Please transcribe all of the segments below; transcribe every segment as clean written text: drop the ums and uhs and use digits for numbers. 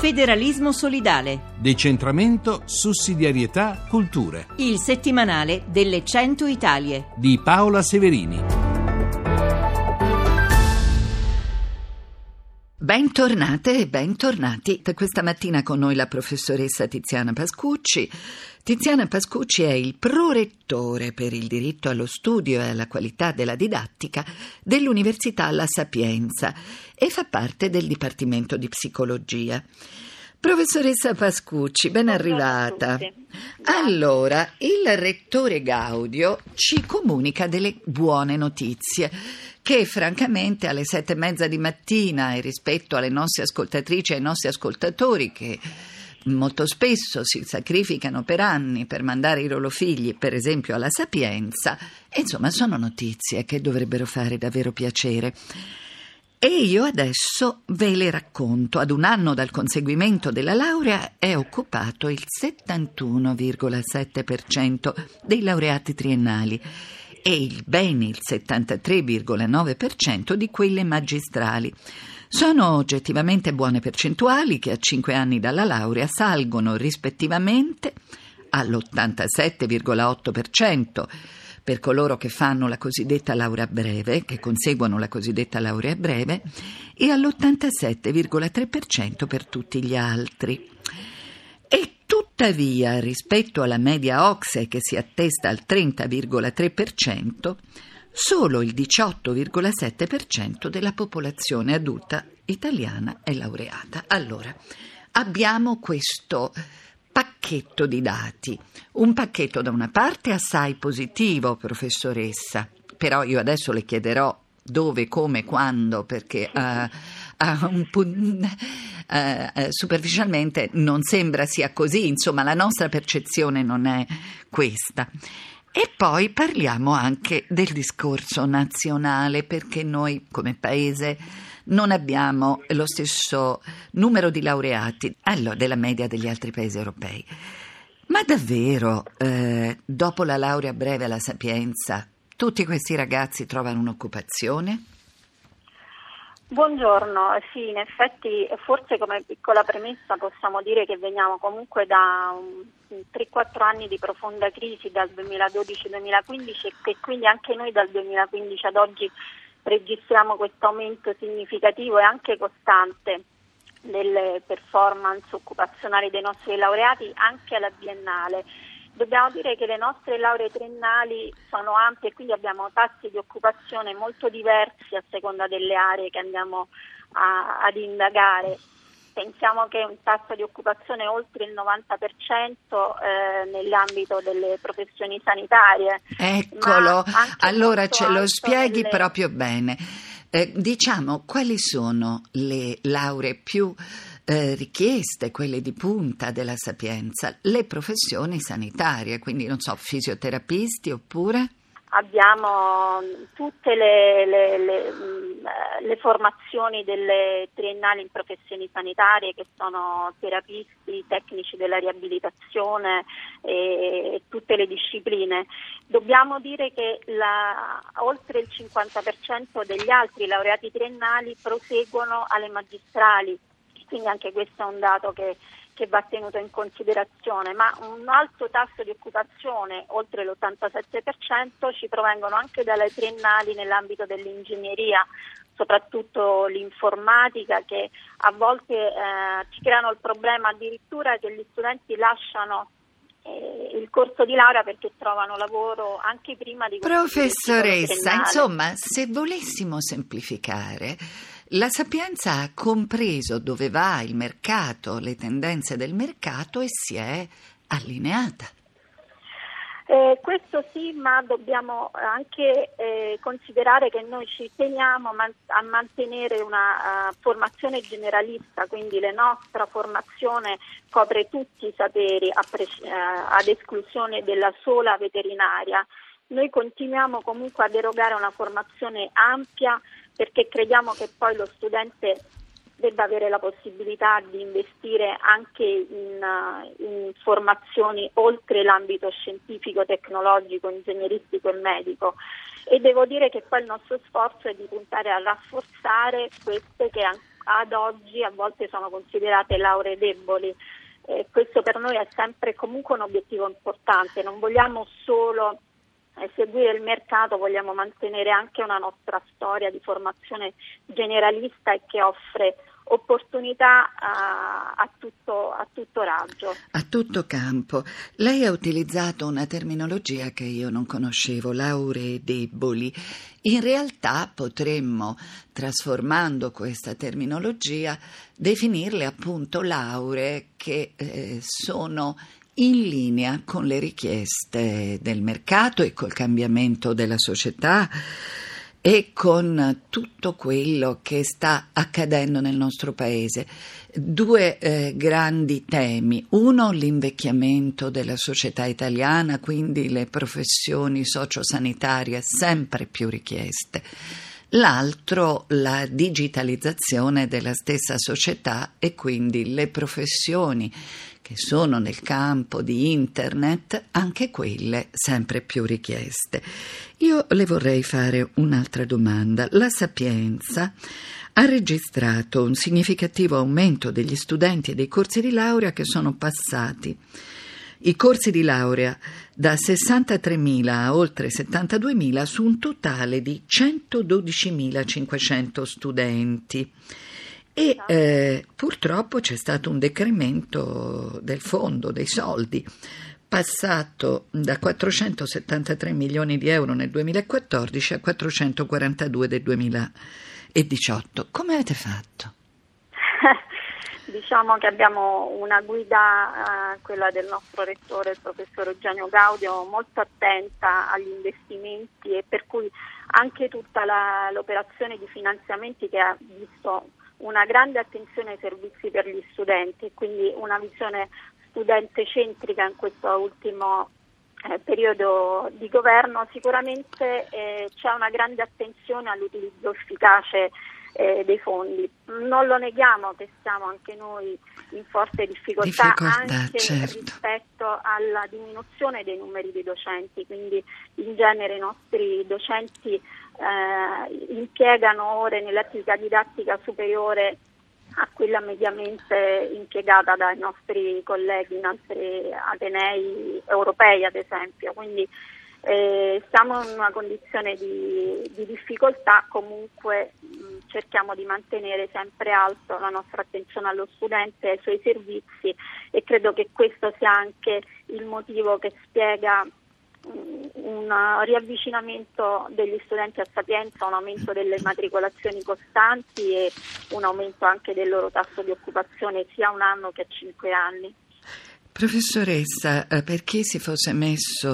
Federalismo solidale. Decentramento, sussidiarietà, culture. Il settimanale delle 100 Italie Di Paola Severini. Bentornate e bentornati. Questa mattina con noi la professoressa Tiziana Pascucci. Tiziana Pascucci è il prorettore per il diritto allo studio e alla qualità della didattica dell'Università La Sapienza e fa parte del Dipartimento di Psicologia. Professoressa Pascucci, ben arrivata. Allora, il rettore Gaudio ci comunica delle buone notizie che francamente alle 7:30 di mattina, e rispetto alle nostre ascoltatrici e ai nostri ascoltatori che molto spesso si sacrificano per anni per mandare i loro figli, per esempio, alla Sapienza, insomma sono notizie che dovrebbero fare davvero piacere. E io adesso ve le racconto. Ad un anno dal conseguimento della laurea è occupato il 71,7% dei laureati triennali e ben il 73,9% di quelle magistrali. Sono oggettivamente buone percentuali che a 5 anni dalla laurea salgono rispettivamente all'87,8% per coloro che fanno la cosiddetta laurea breve, che conseguono la cosiddetta laurea breve, e all'87,3% per tutti gli altri. E tuttavia, rispetto alla media OCSE che si attesta al 30,3%, solo il 18,7% della popolazione adulta italiana è laureata. Allora, abbiamo questo pacchetto di dati, un pacchetto da una parte assai positivo, professoressa, però io adesso le chiederò dove, come, quando, perché superficialmente non sembra sia così, insomma la nostra percezione non è questa. E poi parliamo anche del discorso nazionale, perché noi come paese non abbiamo lo stesso numero di laureati della media degli altri paesi europei. Ma davvero, dopo la laurea breve alla Sapienza, tutti questi ragazzi trovano un'occupazione? Buongiorno, sì, in effetti forse come piccola premessa possiamo dire che veniamo comunque da 3-4 anni di profonda crisi dal 2012-2015 e che quindi anche noi dal 2015 ad oggi registriamo questo aumento significativo e anche costante delle performance occupazionali dei nostri laureati anche alla biennale. Dobbiamo dire che le nostre lauree triennali sono ampie e quindi abbiamo tassi di occupazione molto diversi a seconda delle aree che andiamo ad indagare. Pensiamo che un tasso di occupazione oltre il 90% nell'ambito delle professioni sanitarie. Eccolo, allora ce lo spieghi proprio bene. Diciamo, quali sono le lauree più richieste, quelle di punta della Sapienza? Le professioni sanitarie, quindi non so, fisioterapisti oppure? Abbiamo tutte le formazioni delle triennali in professioni sanitarie che sono terapisti, tecnici della riabilitazione e tutte le discipline. Dobbiamo dire che oltre il 50% degli altri laureati triennali proseguono alle magistrali, quindi anche questo è un dato che va tenuto in considerazione, ma un alto tasso di occupazione, oltre l'87%, ci provengono anche dalle triennali nell'ambito dell'ingegneria, soprattutto l'informatica, che a volte ci creano il problema addirittura che gli studenti lasciano il corso di laurea perché trovano lavoro anche prima di Professoressa, insomma, se volessimo semplificare, la Sapienza ha compreso dove va il mercato, le tendenze del mercato e si è allineata. Questo sì, ma dobbiamo anche considerare che noi ci teniamo a mantenere una formazione generalista, quindi la nostra formazione copre tutti i saperi ad esclusione della sola veterinaria. Noi continuiamo comunque ad erogare una formazione ampia perché crediamo che poi lo studente debba avere la possibilità di investire anche in formazioni oltre l'ambito scientifico, tecnologico, ingegneristico e medico. E devo dire che poi il nostro sforzo è di puntare a rafforzare queste che ad oggi a volte sono considerate lauree deboli. Questo per noi è sempre comunque un obiettivo importante, non vogliamo solo seguire il mercato, vogliamo mantenere anche una nostra storia di formazione generalista e che offre opportunità a tutto raggio. A tutto campo. Lei ha utilizzato una terminologia che io non conoscevo, lauree deboli. In realtà potremmo, trasformando questa terminologia, definirle appunto lauree che sono in linea con le richieste del mercato e col cambiamento della società e con tutto quello che sta accadendo nel nostro paese. Due grandi temi: uno, l'invecchiamento della società italiana, quindi le professioni sociosanitarie sempre più richieste; l'altro, la digitalizzazione della stessa società e quindi le professioni che sono nel campo di internet, anche quelle sempre più richieste. Io le vorrei fare un'altra domanda. La Sapienza ha registrato un significativo aumento degli studenti e dei corsi di laurea che sono passati. I corsi di laurea da 63.000 a oltre 72.000 su un totale di 112.500 studenti. E purtroppo c'è stato un decremento del fondo, dei soldi, passato da 473 milioni di euro nel 2014 a 442 del 2018. Come avete fatto? Diciamo che abbiamo una guida, quella del nostro rettore, il professor Eugenio Gaudio, molto attenta agli investimenti, e per cui anche tutta l'operazione di finanziamenti che ha visto una grande attenzione ai servizi per gli studenti, quindi una visione studente centrica in questo ultimo periodo di governo. Sicuramente c'è una grande attenzione all'utilizzo efficace dei fondi. Non lo neghiamo che siamo anche noi in forte difficoltà anche certo, rispetto alla diminuzione dei numeri di docenti, quindi in genere i nostri docenti impiegano ore nell'attività didattica superiore a quella mediamente impiegata dai nostri colleghi in altri atenei europei, ad esempio. Quindi siamo in una condizione di difficoltà. Comunque cerchiamo di mantenere sempre alto la nostra attenzione allo studente e ai suoi servizi, e credo che questo sia anche il motivo che spiega un riavvicinamento degli studenti a Sapienza, un aumento delle matricolazioni costanti e un aumento anche del loro tasso di occupazione sia a un anno che a 5 anni. Professoressa, per chi si fosse messo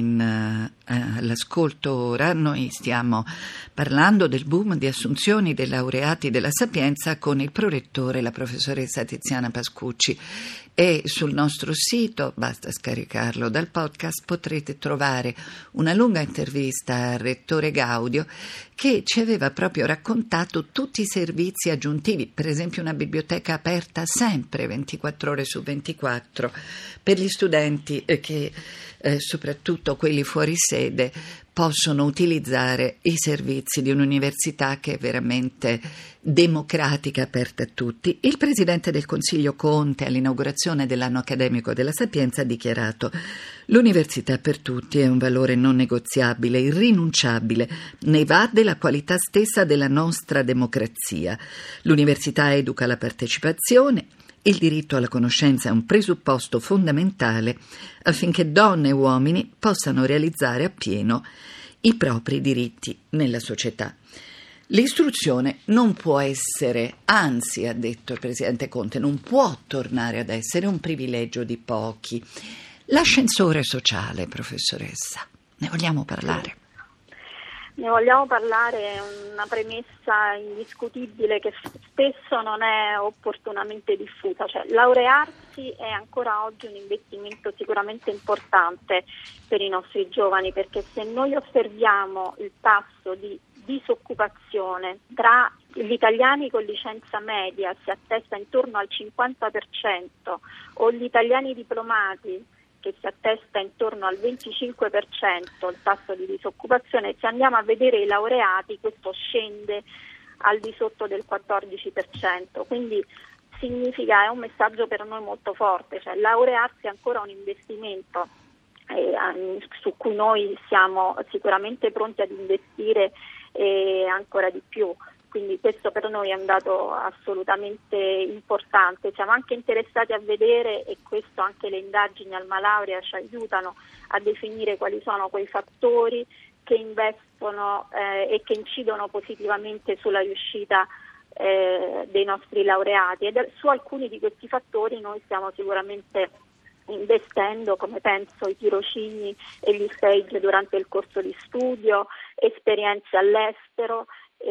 all'ascolto ora, noi stiamo parlando del boom di assunzioni dei laureati della Sapienza con il prorettore, la professoressa Tiziana Pascucci, e sul nostro sito, basta scaricarlo dal podcast, potrete trovare una lunga intervista al rettore Gaudio che ci aveva proprio raccontato tutti i servizi aggiuntivi, per esempio una biblioteca aperta sempre 24 ore su 24 per gli studenti che soprattutto quelli fuori sede possono utilizzare i servizi di un'università che è veramente democratica, aperta a tutti. Il presidente del Consiglio Conte all'inaugurazione dell'anno accademico della Sapienza ha dichiarato: l'università per tutti è un valore non negoziabile, irrinunciabile, ne va della qualità stessa della nostra democrazia. L'università educa la partecipazione. Il diritto alla conoscenza è un presupposto fondamentale affinché donne e uomini possano realizzare appieno i propri diritti nella società. L'istruzione non può essere, anzi, ha detto il presidente Conte, non può tornare ad essere un privilegio di pochi. L'ascensore sociale, professoressa, ne vogliamo parlare? Ne vogliamo parlare, è una premessa indiscutibile che spesso non è opportunamente diffusa. Cioè, laurearsi è ancora oggi un investimento sicuramente importante per i nostri giovani, perché se noi osserviamo il tasso di disoccupazione tra gli italiani con licenza media si attesta intorno al 50%, o gli italiani diplomati che si attesta intorno al 25% il tasso di disoccupazione, se andiamo a vedere i laureati questo scende al di sotto del 14%, quindi significa, è un messaggio per noi molto forte, cioè laurearsi è ancora un investimento su cui noi siamo sicuramente pronti ad investire ancora di più. Quindi questo per noi è un dato assolutamente importante. Siamo anche interessati a vedere, e questo anche le indagini Alma Laurea ci aiutano a definire, quali sono quei fattori che investono e che incidono positivamente sulla riuscita dei nostri laureati, ed su alcuni di questi fattori noi stiamo sicuramente investendo, come penso i tirocini e gli stage durante il corso di studio, esperienze all'estero,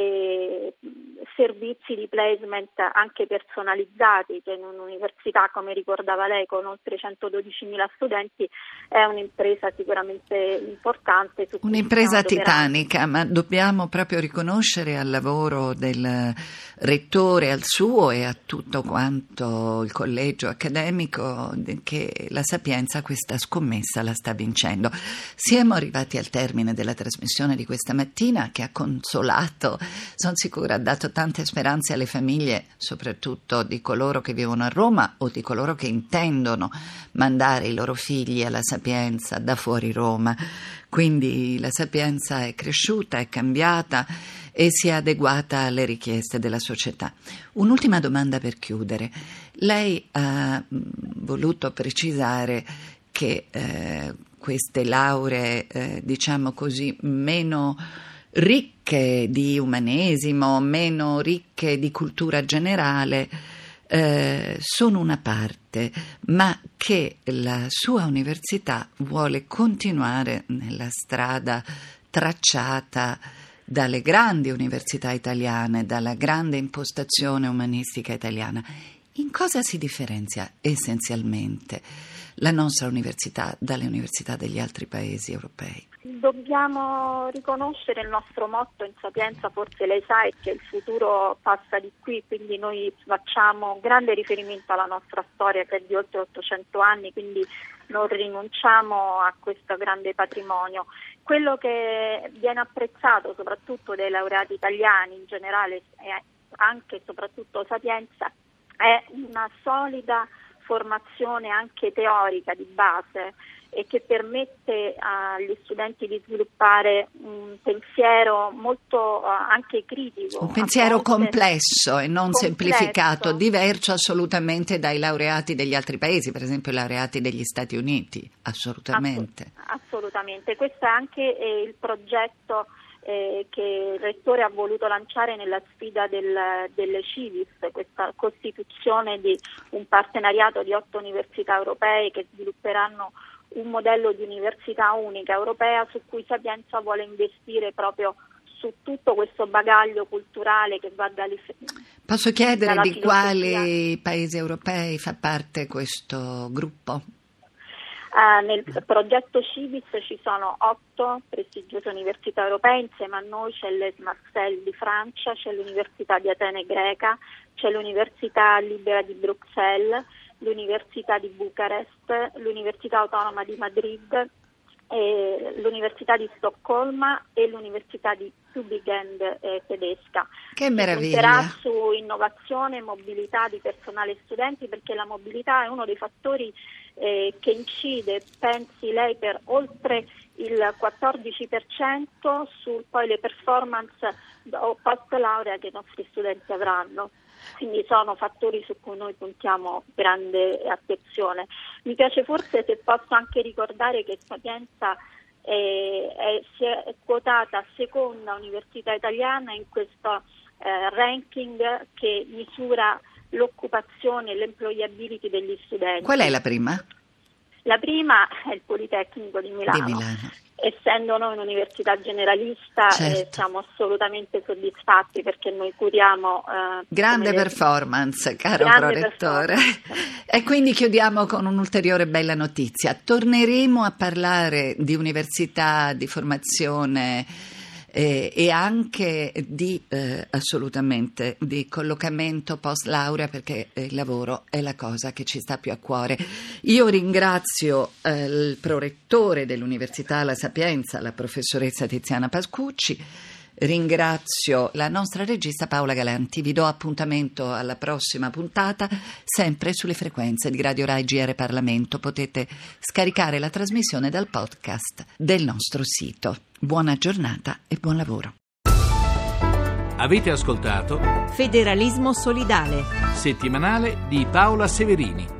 servizi di placement anche personalizzati, che in un'università, come ricordava lei, con oltre 112.000 studenti è un'impresa sicuramente importante. Un'impresa titanica, ma dobbiamo proprio riconoscere al lavoro del rettore, al suo e a tutto quanto il collegio accademico, che la Sapienza questa scommessa la sta vincendo. Siamo arrivati al termine della trasmissione di questa mattina, che ha consolato, sono sicura, ha dato tante speranze alle famiglie, soprattutto di coloro che vivono a Roma o di coloro che intendono mandare i loro figli alla Sapienza da fuori Roma. Quindi la Sapienza è cresciuta, è cambiata e si è adeguata alle richieste della società. Un'ultima domanda per chiudere. Lei ha voluto precisare che queste lauree, diciamo così, meno ricche di umanesimo, meno ricche di cultura generale, sono una parte, ma che la sua università vuole continuare nella strada tracciata dalle grandi università italiane, dalla grande impostazione umanistica italiana. In cosa si differenzia essenzialmente la nostra università dalle università degli altri paesi europei? Dobbiamo riconoscere il nostro motto in Sapienza, forse lei sa, è che il futuro passa di qui, quindi noi facciamo grande riferimento alla nostra storia, che è di oltre 800 anni, quindi non rinunciamo a questo grande patrimonio. Quello che viene apprezzato soprattutto dai laureati italiani in generale e anche e soprattutto Sapienza è una solida formazione anche teorica di base, e che permette agli studenti di sviluppare un pensiero molto anche critico. Un pensiero complesso e non semplificato, diverso assolutamente dai laureati degli altri paesi, per esempio i laureati degli Stati Uniti, assolutamente. Assolutamente, questo è anche il progetto che il Rettore ha voluto lanciare nella sfida delle Civis, questa costituzione di un partenariato di 8 università europee che svilupperanno un modello di università unica europea, su cui Sapienza vuole investire proprio su tutto questo bagaglio culturale che va dalle. Posso chiedere di quali paesi europei fa parte questo gruppo? Nel progetto Civis ci sono 8 prestigiose università europee, insieme a noi c'è l'ES Marseille di Francia, c'è l'Università di Atene greca, c'è l'Università Libera di Bruxelles, l'Università di Bucarest, l'Università Autonoma di Madrid, l'Università di Stoccolma e l'Università di Tübingen tedesca. Che meraviglia! Punterà su innovazione e mobilità di personale e studenti, perché la mobilità è uno dei fattori che incide, pensi lei, per oltre il 14% su poi le performance post laurea che i nostri studenti avranno. Quindi sono fattori su cui noi puntiamo grande attenzione. Mi piace forse, se posso, anche ricordare che Sapienza si è quotata seconda università italiana in questo ranking che misura l'occupazione e l'employability degli studenti. Qual è la prima? La prima è il Politecnico di Milano. Essendo noi un'università generalista, certo, siamo assolutamente soddisfatti, perché noi curiamo grande performance, caro prorettore. E quindi chiudiamo con un'ulteriore bella notizia. Torneremo a parlare di università, di formazione e anche di assolutamente di collocamento post laurea, perché il lavoro è la cosa che ci sta più a cuore. Io ringrazio il prorettore dell'Università La Sapienza, la professoressa Tiziana Pascucci. Ringrazio la nostra regista Paola Galanti. Vi do appuntamento alla prossima puntata, sempre sulle frequenze di Radio Rai GR Parlamento. Potete scaricare la trasmissione dal podcast del nostro sito. Buona giornata e buon lavoro. Avete ascoltato Federalismo solidale, settimanale di Paola Severini.